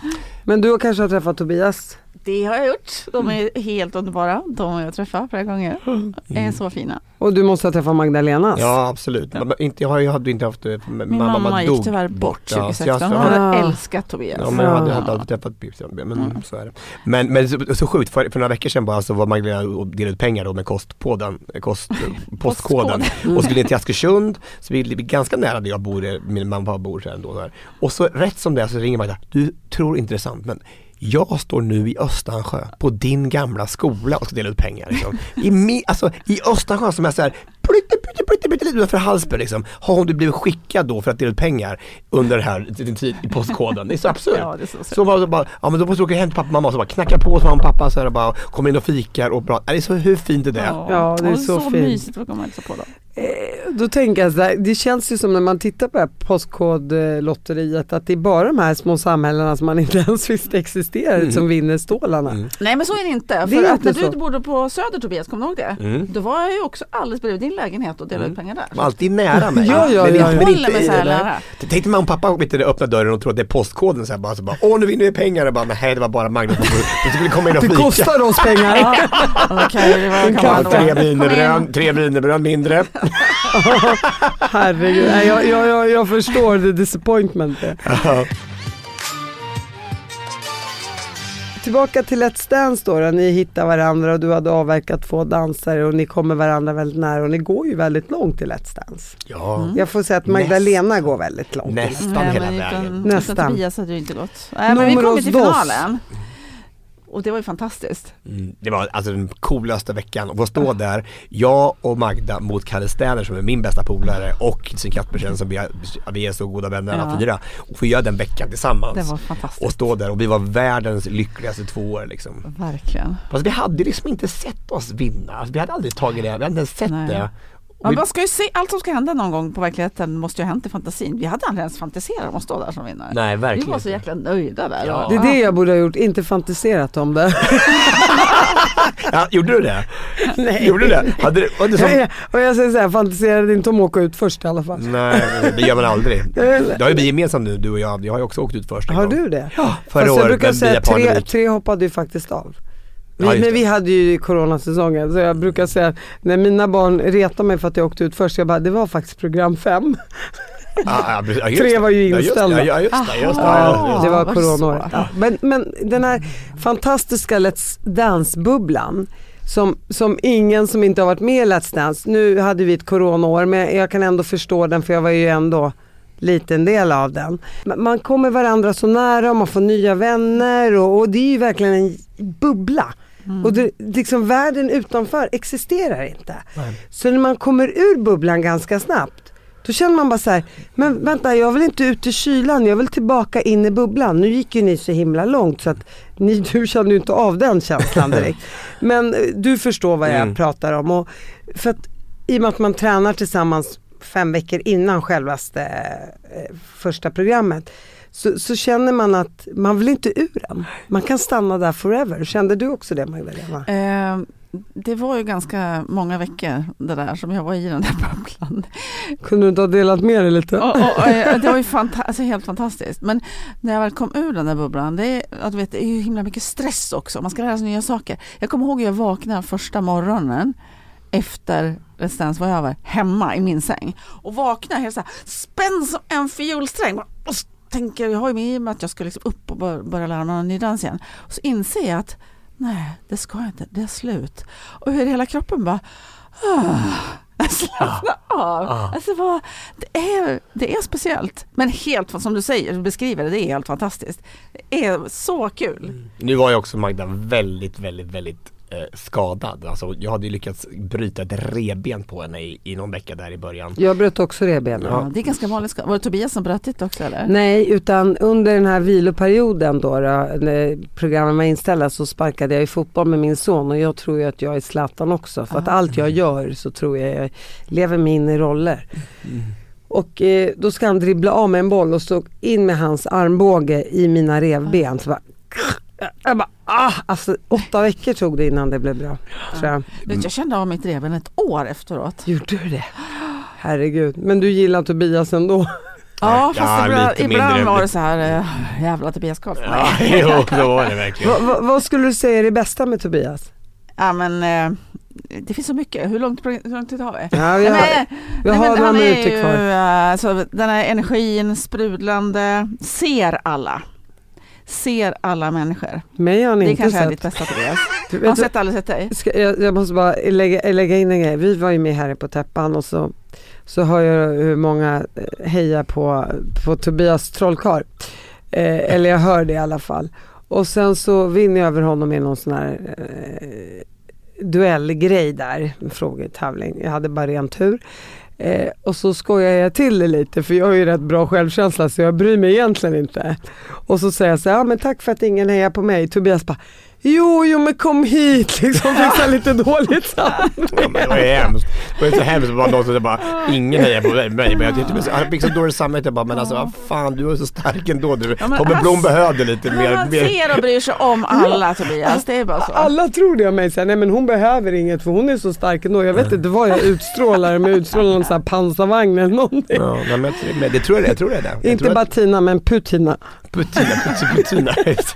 Men du kanske har träffat Tobias? Det har jag gjort. De är helt underbara. De har jag träffat flera gånger. De är så fina. Och du måste ha träffat Magdalenas? Ja, absolut. Ja. Jag hade inte haft... Min mamma gick tyvärr bort 2016. Hon hade älskat Tobias. Ja, men jag hade aldrig träffat men så är det. Men så sjukt, för några veckor sedan bara så var Magdalena och delade ut pengar då med postkoden. Och skulle ner till Askersund, så vi är ganska nära där jag bor, min mamma bor så ändå där. Och så rätt som det så ringer Magda, du tror inte det är sant, men jag står nu i Östansjö på din gamla skola och ska dela ut pengar liksom. I Östansjö som är så här lite för halsben liksom. Har du blivit skickad då för att dela ut pengar under det här din tid i postkoden? Det är så absurt. Ja, det är så var det bara, ja men då måste du åka hem till pappa och mamma och så bara knackar på hos mamma och pappa så här och bara kommer in och fikar och pratar. Det är så hur fint är det? Ja, det är så fint. Mysigt att komma hälsa på dem. Då tänker jag så här, det känns ju som när man tittar på det här postkodlotteriet att det är bara de här små samhällena som man inte ens visste existerade som vinner stålarna. Nej, men så är det inte. För att när du bodde på Söder, Tobias, kommer du ihåg det? Då var jag ju också alldeles bredvid din lägenhet och delade ut pengar där. Man alltid nära mig. Tänkte man och pappa öppna dörren och trodde att det är postkoden så här bara åh nu vinner vi pengar och bara nej det var bara Magnus som skulle komma in och fika. Det kostar oss pengar. Okej, det var 3 wienerbröd mindre. Herregud, jag förstår the disappointment. Tillbaka till Let's Dance då, ni hittar varandra och du hade avverkat 2 dansare och ni kommer varandra väldigt nära och ni går ju väldigt långt till Let's Dance. Ja. Jag får säga att Magdalena går väldigt långt. Nästan hela vägen. Nästan. Tobias hade ju inte gått. Men vi kom till finalen. Och det var ju fantastiskt. Det var alltså den coolaste veckan att få stå där, jag och Magda mot Kalle Stäner som är min bästa polare och sin Kaspersen som vi är så goda vänner alla 4 och få göra den veckan tillsammans. Det var fantastiskt. Och stå där och vi var världens lyckligaste 2 år liksom. Verkligen. Fast vi hade liksom inte sett oss vinna. Alltså, vi hade aldrig tagit det, vi hade inte ens sett det. Man ska ju se, allt som ska hända någon gång på verkligheten måste ju ha hänt i fantasin. Vi hade aldrig ens fantiserat om att stå där som vinnare. Nej, verkligen. Vi var så jäkla nöjda där. Ja. Det är det jag borde ha gjort, inte fantiserat om det. Ja, gjorde du det? Nej. Gjorde du det? Och jag säger så här, fantiserade inte om att åka ut först i alla fall. Nej, det gör man aldrig. Det har ju vi gemensamt nu, du och jag. Jag har ju också åkt ut först. Har du det? Ja, förra året. Jag brukar säga 3 hoppade ju faktiskt av. Men vi hade ju coronasäsongen så jag brukar säga när mina barn retar mig för att jag åkte ut först, jag bara, det var faktiskt program 5. 3 var ju inställda. Ja, just det. Det var coronaåret. Ja. Men den här fantastiska Let's Dance-bubblan som ingen som inte har varit med i Let's Dance, nu hade vi ett coronaår men jag kan ändå förstå den för jag var ju ändå liten del av den. Man kommer varandra så nära och man får nya vänner och det är ju verkligen en bubbla. Och det, liksom världen utanför existerar inte. Nej. Så när man kommer ur bubblan ganska snabbt då känner man bara så här, men vänta, jag vill inte ut i kylan, jag vill tillbaka in i bubblan. Nu gick ju ni så himla långt så att du känner ju inte av den känslan direkt. Men du förstår vad jag pratar om. Och för att i och med att man tränar tillsammans 5 veckor innan självaste första programmet så känner man att man vill inte ur den. Man kan stanna där forever. Kände du också det, Magdalena? Det var ju ganska många veckor det där som jag var i den där bubblan. Kunde du inte ha delat med dig lite? Det var ju helt fantastiskt. Men när jag väl kom ur den där bubblan, det är ju himla mycket stress också. Man ska lära sig nya saker. Jag kommer ihåg att jag vaknade första morgonen efter Let's Dance var jag över hemma i min säng. Och vaknade helt så här spänd som en fiolsträng. Och tänker, jag har ju med mig att jag ska liksom upp och börja lära mig en ny dans igen. Och så inser jag att nej, det ska jag inte, det är slut. Och hur hela kroppen bara slappna av. Alltså det är speciellt. Men helt, som du säger, du beskriver det är helt fantastiskt. Det är så kul. Nu var jag också Magda väldigt, väldigt, väldigt skadad. Alltså, jag hade ju lyckats bryta ett reben på henne i någon vecka där i början. Jag bröt också reben. Ja, det är ganska vanligt skada. Var det Tobias som bröt det också eller? Nej, utan under den här viloperioden då när programmen var inställda så sparkade jag i fotboll med min son och jag tror ju att jag är Zlatan också. För att allt jag gör så tror jag lever mig in i roller. Och då ska han dribbla av med en boll och stå in med hans armbåge i mina revben. Så bara jag bara, alltså 8 veckor tog det innan det blev bra. Tror jag kände av mitt revben ett år efteråt. Gjorde du det? Herregud. Men du gillar Tobias ändå? Ja, fast ibland mindre. var det så här jävla Tobias Karlsson. Ja, jo, då var det verkligen. Vad skulle du säga är det bästa med Tobias? Ja, men det finns så mycket. Hur långt tid har vi? Ja, vi har några minuter kvar. Alltså, den här energin, sprudlande, ser alla människor. Mig har ni det inte kanske sett. är ditt bästa Tobias. Har aldrig sett dig? Jag måste bara lägga in en grej. Vi var ju med här på täppan och så hör jag hur många hejar på Tobias trollkarl. Eller jag hör det i alla fall. Och sen så vinner jag över honom i någon sån här duellgrej där, en frågetävling. Jag hade bara ren tur. Och så skojar jag till det lite, för jag har ju rätt bra självkänsla så jag bryr mig egentligen inte. Och så säger jag så här, ja men tack för att ingen hejar på mig. Tobias bara, jo men kom hit liksom, fixa lite dåligt samman. Ja, men det var hemskt. Det var så hemskt att vara någon som bara, ingen hejar på mig. Men jag fick så dåligt samvete, bara, men alltså vad fan, du är så stark ändå. Tobbe Blom behövde lite mer. Han ser och bryr sig om alla, Tobias, det är bara så. Alla tror det om mig, så nej men hon behöver inget för hon är så stark ändå. Jag vet inte vad jag utstrålar, med utstrålar någon sån här pansarvagn eller någonting. Ja, men det tror jag det är det. Inte bara Tina, men Putina. Putina.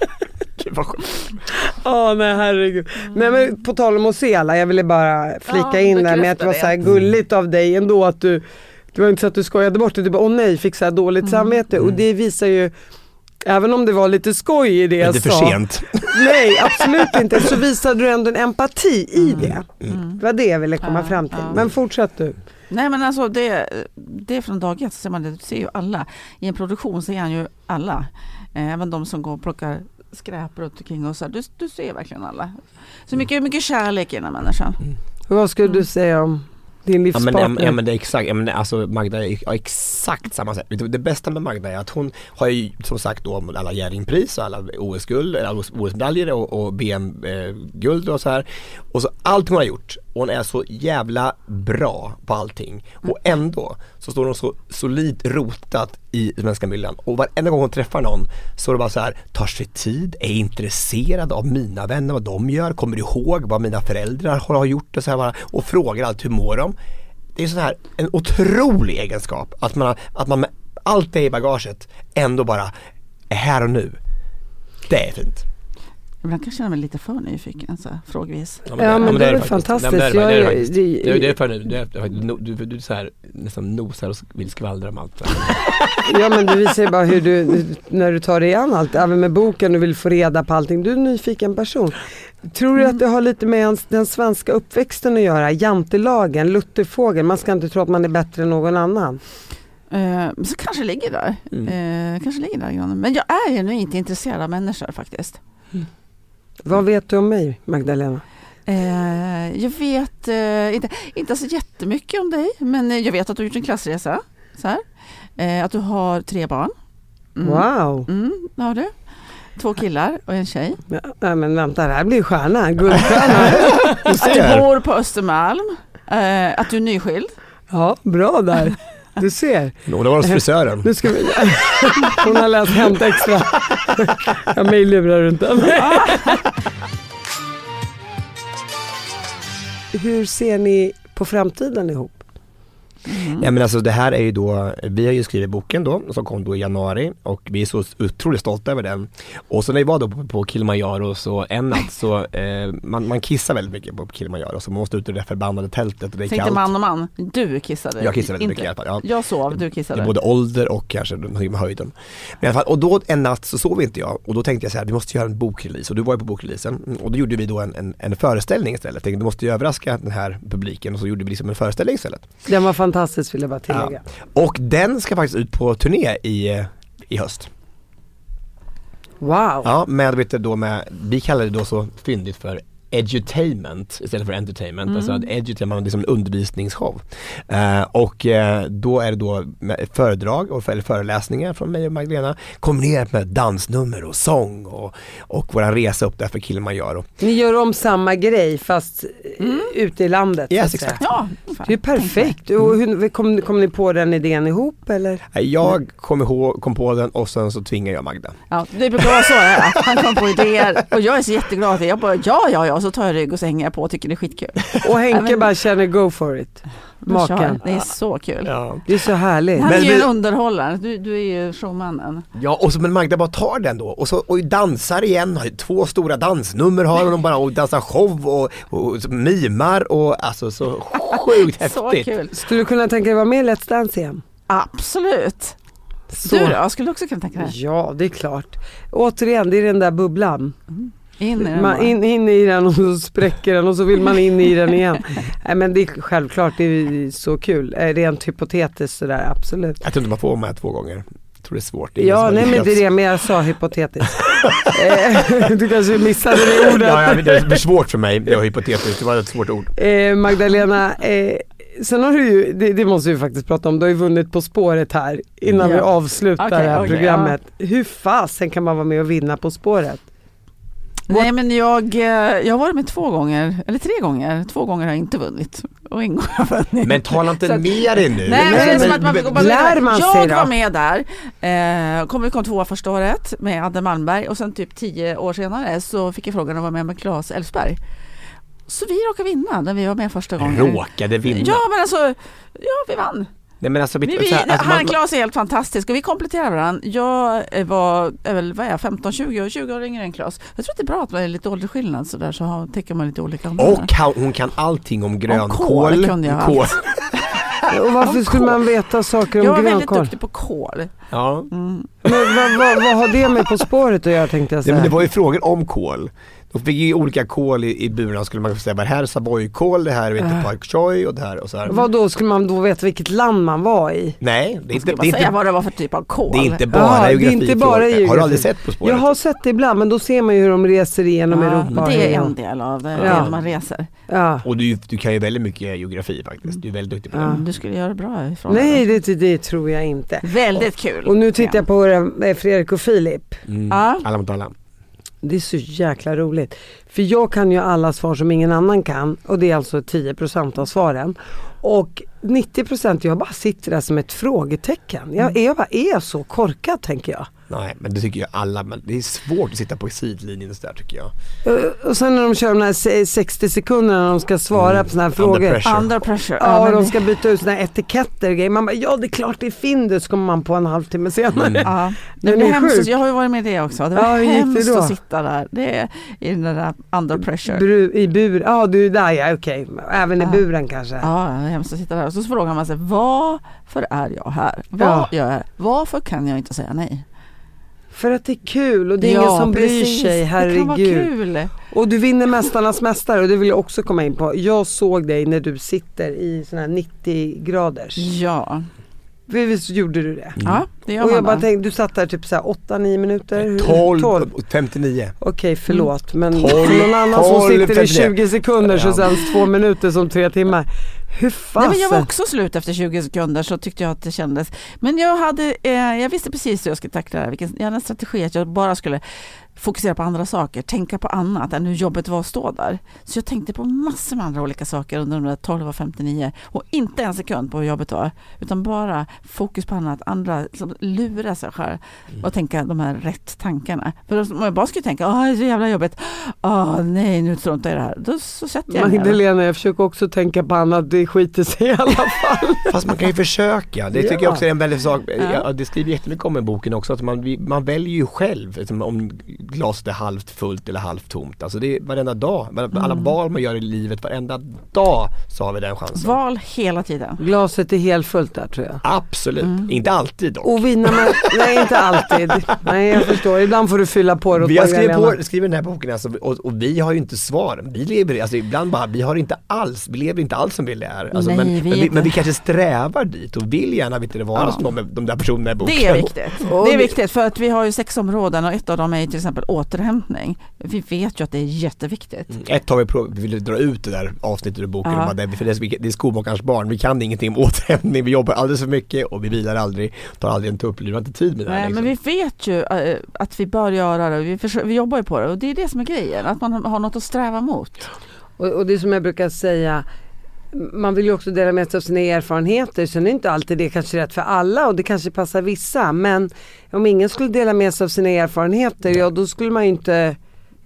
Nej herregud. Nej men på tal om att se alla, jag ville bara flika in där med att det var så här gulligt av dig ändå att du var inte så att du skojade bort det, du bara nej, fick så här dåligt samvete och det visar ju, även om det var lite skoj i det jag sa. Lite för sent. Nej, absolut inte. Så visade du ändå en empati i det. Det var det jag ville komma fram till. Men fortsätt du. Nej men alltså det är från dag ett så ser man det, du ser ju alla. I en produktion ser han ju alla. Även de som går och plockar skräp runt omkring och så. Du ser verkligen alla. Så mycket kärlek i den här människan. Vad skulle du säga om din livspartner? Ja men det är exakt, ja, men alltså Magda har exakt samma sätt. Det bästa med Magda är att hon har ju som sagt då alla Jerringpris och alla OS-guld, alla OS-medaljer och BM-guld och så här. Och så allt hon har gjort, och hon är så jävla bra på allting. Och ändå så står hon så solidt rotat i svenska miljön. Och varenda gång hon träffar någon så är det bara så här, tar sig tid, är intresserad av mina vänner, vad de gör, kommer ihåg vad mina föräldrar har gjort och så här bara, och frågar allt hur mår de. Det är så här en otrolig egenskap att man med allt det i bagaget ändå bara är här och nu. Det är fint. Ibland kan jag känna mig lite för nyfiken så frågvis. Ja men det är fantastiskt. Det är för nu. Du så här nästan nosar och vill skvallra om allt. Ja men du visar ju bara hur du, när du tar dig an allt, även med boken, du vill få reda på allting. Du är en nyfiken person. Tror du att det har lite med den svenska uppväxten att göra? Jantelagen, lutterfågeln, man ska inte tro att man är bättre än någon annan. Så kanske ligger där. Men jag är ju nu inte intresserad av människor faktiskt. Vad vet du om mig, Magdalena? Jag vet inte så jättemycket om dig, men jag vet att du har gjort en klassresa. Så här. Att du har 3 barn. Wow! Det har du. 2 killar och en tjej. Ja, men vänta, det här blir stjärna, guldstjärna. Att du bor på Östermalm. Att du är nyskild. Ja, bra där. Du ser. Hon var hos frisören. Nu ska vi... Hon har läst Hämt Extra. Jag mejllurar runt den. Hur ser ni på framtiden ihop? Ja, men alltså det här är ju då, vi har ju skrivit boken då som kom då i januari och vi är så otroligt stolta över den. Och så när vi var då på Kilimanjaro så en natt så man kissar väldigt mycket på Kilimanjaro så man måste ut ur det förbannade tältet och det är kallt. Tänkte man och man, du kissade. Jag kissade väldigt mycket i alla fall. Ja. Jag sov, du kissade. Det är både ålder och kanske med höjden. Men i alla fall, och då en natt så sov inte jag och då tänkte jag så här, vi måste göra en bokrelease och du var ju på bokreleasen och då gjorde vi då en föreställning istället. Jag tänkte, du måste ju överraska den här publiken och så gjorde vi liksom en föreställning istället. Den var fantastiskt, vill jag bara tillägga. Ja. Och den ska faktiskt ut på turné i höst. Wow. Ja, vi kallar det då så fyndigt för edutainment istället för entertainment. Alltså att edutainment är som en undervisningsshow. Och då är det då föredrag eller föreläsningar från mig och Magdalena kombinerat med dansnummer och sång och våran resa upp där för Kilimanjaro. Ni gör om samma grej fast ute i landet. Yes, exakt. Ja, det är perfekt. Och hur, kom ni på den idén ihop eller? Jag kom på den och sen så tvingar jag Magda. Ja, det brukar vara så här. Han kom på idéer och jag är så jätteglad att jag bara ja, och så tar jag rygg och så hänger jag på och tycker det är skitkul. Och Henke bara känner go for it. Maken. Det är så kul. Ja. Det är så härligt. Han är ju en underhållare. Du är ju showmannen. Ja, och så men Magda bara tar den då och dansar igen, har 2 stora dansnummer har hon bara och dansar show och mimar och alltså så sjukt häftigt. Så kul. Skulle du kunna tänka dig vara med i Let's Dance igen? Absolut. Så. Du då? Skulle du också kunna tänka dig? Ja, det är klart. Återigen, det är den där bubblan. In i den Man in i den och så spräcker den och så vill man in i den igen. Nej, men det är självklart, det är så kul. Rent hypotetiskt sådär, absolut. Jag tror inte man får med 2 gånger. Jag tror det är svårt. Det är Ja, nej men det är det, men jag sa hypotetiskt. Du kanske missade det ordet. Ja, det är svårt för mig, det var hypotetiskt, det var ett svårt ord. Magdalena, sen har du ju, det måste vi faktiskt prata om, du har ju vunnit På spåret här innan vi avslutar det här programmet. Ja. Hur fasen kan man vara med och vinna På spåret? Nej, men jag har varit med 2 gånger, eller 3 gånger. 2 gånger har jag inte vunnit och en gång har jag vunnit. Men tala inte mer nu. Nej, men det är som att man lär man sig jag då? var med där, kom 2 första året med Adde Malmberg och sen typ 10 år senare så fick jag frågan att vara med Claes Elfsberg. Så vi råkade vinna när vi var med första gången. Råkade vinna? Ja, men alltså, vi vann. Nej, men alltså, han Claes är helt fantastisk och vi kompletterar varandra. Jag var 15-20 och 20 år yngre än Claes. Jag tror att det är bra att det är lite åldersskillnad så där så täcker man lite olika områden. Och hon kan allting om grönkål. Kål kunde jag kål. Och varför skulle man veta saker om grönkål? Jag är väldigt duktig på kål. Ja. Men vad har det med På spåret att göra, tänkte jag säga? Nej, men det var ju frågor om kål. De fick ju olika kål i burarna, skulle man säga, det här är Savoy-kål, det här är Pak Choi och det här och så här. Vad då, skulle man då veta vilket land man var i? Nej, det är inte, det är inte vad det var för typ av kål. Det är inte bara geografi. Har du aldrig sett På spåret? Jag har sett det ibland, men då ser man ju hur de reser igenom Europa. Det är en del av det man reser. Ja. Och du kan ju väldigt mycket geografi faktiskt. Du är väldigt duktig på det. Du skulle göra bra ifrån. Nej, det tror jag inte. Väldigt kul. Och nu tittar jag på Fredrik och Filip. Alla mot alla. Det är så jäkla roligt. För jag kan ju alla svar som ingen annan kan. Och det är alltså 10% av svaren. Och 90% jag bara sitter där som ett frågetecken. Jag bara är så korkad, tänker jag. Nej, men det tycker jag alla. Men det är svårt att sitta på sidlinjen så där, tycker jag. Och sen när de kör de här 60 sekunderna när de ska svara på såna här frågor. Under pressure. Ja, och de ska byta ut såna här etiketter och grejer. Man bara, ja det är klart det är Findus, kommer man på en halvtimme senare. Ja, det är hemskt. Jag har ju varit med det också. Det var hemskt att sitta där. Det är i den där under pressure. I bur. Ja, du är där, ja okej. Även i buren kanske. Ja, det är hemskt att sitta där. Och så frågar man sig, varför är jag här? Vad gör jag? Varför kan jag inte säga nej? För att det är kul och det är ingen som bryr sig, herregud. Det kan vara kul. Och du vinner Mästarnas mästare och det vill jag också komma in på. Jag såg dig när du sitter i sån här 90 graders. Ja. Visst gjorde du det? Ja, det gör och man. jag bara tänkte, du satt där typ så här 8-9 minuter. 12-59. Okej, förlåt. Men någon annan som sitter i 20 sekunder så känns 2 minuter som 3 timmar. Hur fan? Nej, men jag var också slut efter 20 sekunder, så tyckte jag att det kändes. Men jag visste precis hur jag skulle tackla det. Jag hade en strategi att jag bara skulle fokusera på andra saker, tänka på annat än hur jobbet var att stå där. Så jag tänkte på massor med andra olika saker under de där 12:59 och inte en sekund på hur jobbet var, utan bara fokus på annat, andra liksom lura sig själv och tänka de här rätt tankarna. För om jag bara skulle tänka, det är så jävla jobbigt. Nej, nu tror jag inte det här. Då så sätter jag Magdalena, jag försöker också tänka på annat, det skiter sig i alla fall. Fast man kan ju försöka. Det tycker jag också är en väldigt sak. Det skriver jättemycket om i boken också, att man väljer ju själv om glaset är halvt fullt eller halvt tomt. Alltså det är varenda dag. Alla val man gör i livet, varenda dag så har vi den chansen. Val hela tiden. Glaset är helt fullt där, tror jag. Absolut. Inte alltid dock. Och vinner man... Nej, inte alltid. Nej, jag förstår. Ibland får du fylla på det. Vi har skrivit den här boken alltså, och vi har ju inte svar. Vi lever, alltså ibland bara, vi lever inte alls som vi lär. Alltså, nej, men vi kanske strävar dit och vill gärna inte vara som de där personerna i boken. Det är viktigt. Det är viktigt, för att vi har ju 6 områden och ett av dem är till exempel återhämtning. Vi vet ju att det är jätteviktigt. Ett har vi ville dra ut det där avsnittet ur boken, för det är skomakarens barn. Vi kan ingenting om återhämtning, vi jobbar alldeles för mycket och vi vilar aldrig, tar aldrig en tupp, vi har inte tid med det här. Nej, liksom. Men vi vet ju att vi bör göra det, vi jobbar ju på det och det är det som är grejen, att man har något att sträva mot. Och det som jag brukar säga, man vill ju också dela med sig av sina erfarenheter, så det är inte alltid det kanske rätt för alla och det kanske passar vissa, men om ingen skulle dela med sig av sina erfarenheter, då skulle man ju inte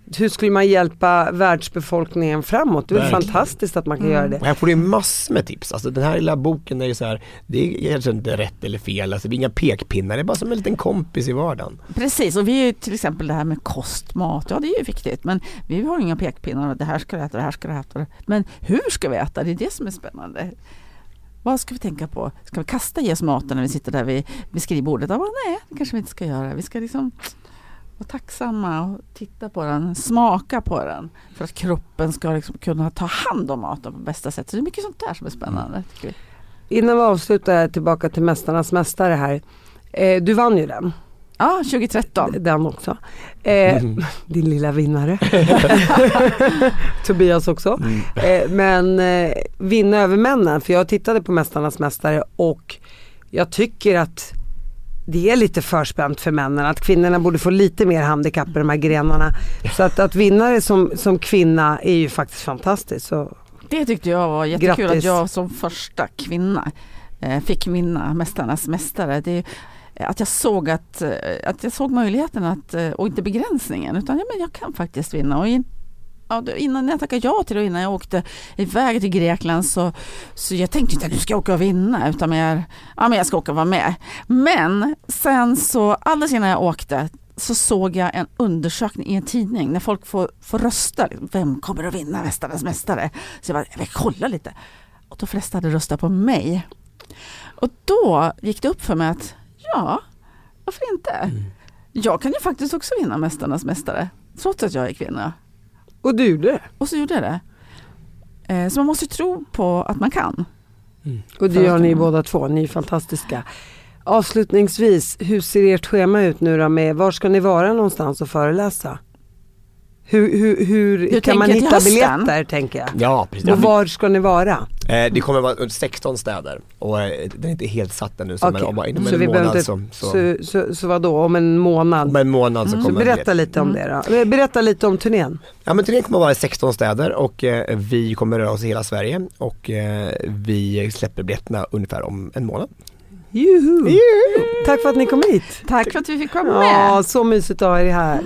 hur skulle man hjälpa världsbefolkningen framåt? Det är Verkligen. fantastiskt att man kan göra det. Och här får du massor med tips. Alltså den här lilla boken är ju så här, det är kanske inte rätt eller fel. Alltså det är inga pekpinnar, det är bara som en liten kompis i vardagen. Precis, och vi är ju till exempel det här med kost, mat, ja det är ju viktigt, men vi har inga pekpinnar, det här ska du äta, det här ska du äta. Men hur ska vi äta? Det är det som är spännande. Vad ska vi tänka på? Ska vi kasta i oss maten när vi sitter där vid skrivbordet? Ja, nej, det kanske vi inte ska göra. Vi ska liksom vara tacksamma och titta på den, smaka på den, för att kroppen ska liksom kunna ta hand om maten på bästa sätt. Så det är mycket sånt där som är spännande, tycker vi. Innan vi avslutar, tillbaka till Mästarnas mästare här. Du vann ju den. Ja, 2013. Den också. Din lilla vinnare. Tobias också. Men vinna över männen. För jag tittade på Mästarnas mästare och jag tycker att det är lite förspänt för männen. Att kvinnorna borde få lite mer handikapp i de här grenarna. Så att vinna det som kvinna är ju faktiskt fantastiskt. Så Det tyckte jag var jättekul. grattis. Att jag som första kvinna fick vinna Mästarnas mästare. Det är att jag såg att jag såg möjligheten och inte begränsningen, utan men jag kan faktiskt vinna. Och innan jag tackade ja till det, innan jag åkte iväg till Grekland, så jag tänkte inte att du ska åka och vinna, utan men jag ska åka och vara med. Men sen så alldeles innan jag åkte så såg jag en undersökning i en tidning när folk får rösta. Vem kommer att vinna Mästarnas mästare? Så jag vill kolla lite. Och de flesta hade röstat på mig. Och då gick det upp för mig att ja, varför inte? Jag kan ju faktiskt också vinna Mästarnas mästare, trots att jag är kvinna. Och du gjorde det. Och så gjorde jag det. Så man måste tro på att man kan. Och det gör ni båda två. Ni är fantastiska. Avslutningsvis, hur ser ert schema ut nu då? Med var ska ni vara någonstans och föreläsa? Hur kan man hitta biljetter, tänker jag? Ja, precis. Och var ska ni vara? Det kommer vara 16 städer och den är inte helt satt ännu. Okej. Inom Så en vi månad behöver så vad då? Om en månad? Om en månad så Så kommer berätta lite om det då. Berätta lite om turnén. Ja, men turnén kommer att vara i 16 städer och vi kommer röra oss i hela Sverige och vi släpper biljetterna ungefär om en månad. Juhu. Tack för att ni kom hit. Tack för att vi fick komma med. Ja, så mysigt att ha er här.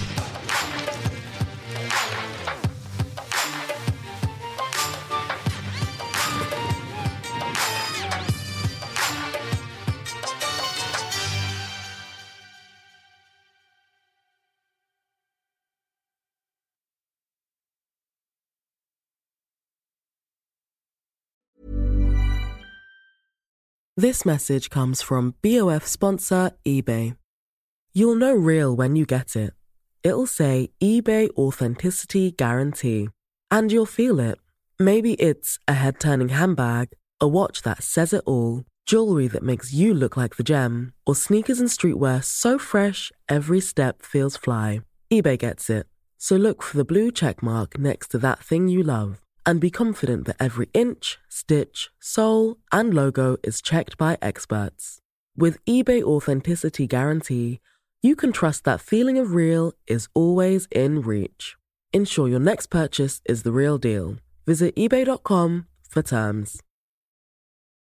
This message comes from BOF sponsor eBay. You'll know real when you get it. It'll say eBay Authenticity Guarantee. And you'll feel it. Maybe it's a head-turning handbag, a watch that says it all, jewelry that makes you look like the gem, or sneakers and streetwear so fresh every step feels fly. eBay gets it. So look for the blue check mark next to that thing you love. And be confident that every inch, stitch, sole, and logo is checked by experts. With eBay Authenticity Guarantee, you can trust that feeling of real is always in reach. Ensure your next purchase is the real deal. Visit ebay.com for terms.